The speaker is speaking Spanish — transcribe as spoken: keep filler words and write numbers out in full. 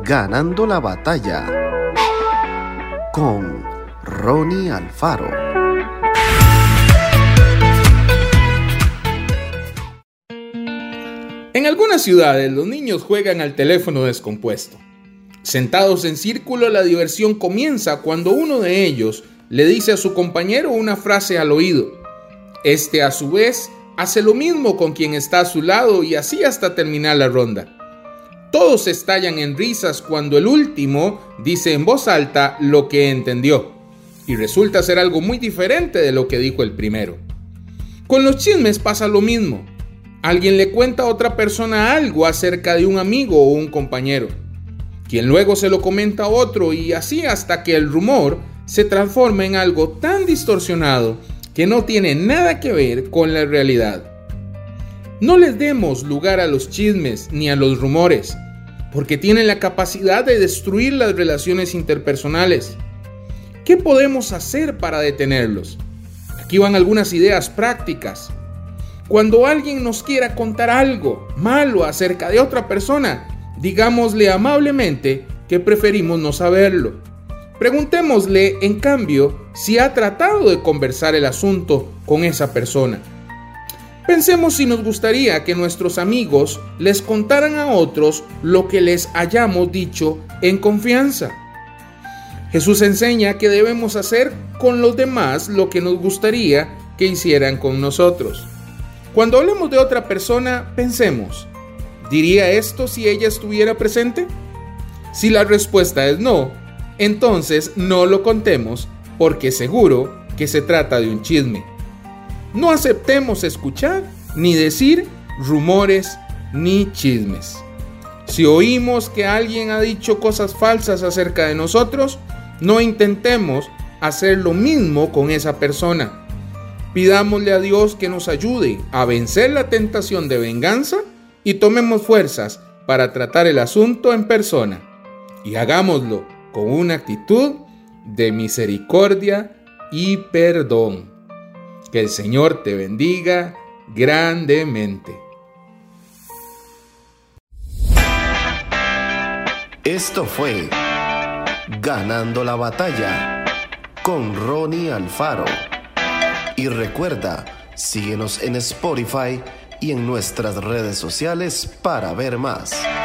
Ganando la batalla con Ronnie Alfaro. En algunas ciudades los niños juegan al teléfono descompuesto. Sentados en círculo, la diversión comienza cuando uno de ellos le dice a su compañero una frase al oído. Este a su vez hace lo mismo con quien está a su lado y así hasta terminar la ronda. Todos estallan en risas cuando el último dice en voz alta lo que entendió y resulta ser algo muy diferente de lo que dijo el primero. Con los chismes pasa lo mismo. Alguien le cuenta a otra persona algo acerca de un amigo o un compañero, quien luego se lo comenta a otro y así hasta que el rumor se transforma en algo tan distorsionado que no tiene nada que ver con la realidad. No les demos lugar a los chismes ni a los rumores, porque tienen la capacidad de destruir las relaciones interpersonales. ¿Qué podemos hacer para detenerlos? Aquí van algunas ideas prácticas. Cuando alguien nos quiera contar algo malo acerca de otra persona, digámosle amablemente que preferimos no saberlo. Preguntémosle, en cambio, si ha tratado de conversar el asunto con esa persona. Pensemos si nos gustaría que nuestros amigos les contaran a otros lo que les hayamos dicho en confianza. Jesús enseña que debemos hacer con los demás lo que nos gustaría que hicieran con nosotros. Cuando hablemos de otra persona, pensemos, ¿diría esto si ella estuviera presente? Si la respuesta es no, entonces no lo contemos porque seguro que se trata de un chisme. No aceptemos escuchar ni decir rumores ni chismes. Si oímos que alguien ha dicho cosas falsas acerca de nosotros, no intentemos hacer lo mismo con esa persona. Pidámosle a Dios que nos ayude a vencer la tentación de venganza y tomemos fuerzas para tratar el asunto en persona. Y hagámoslo con una actitud de misericordia y perdón. Que el Señor te bendiga grandemente. Esto fue Ganando la batalla con Ronnie Alfaro. Y recuerda, síguenos en Spotify y en nuestras redes sociales para ver más.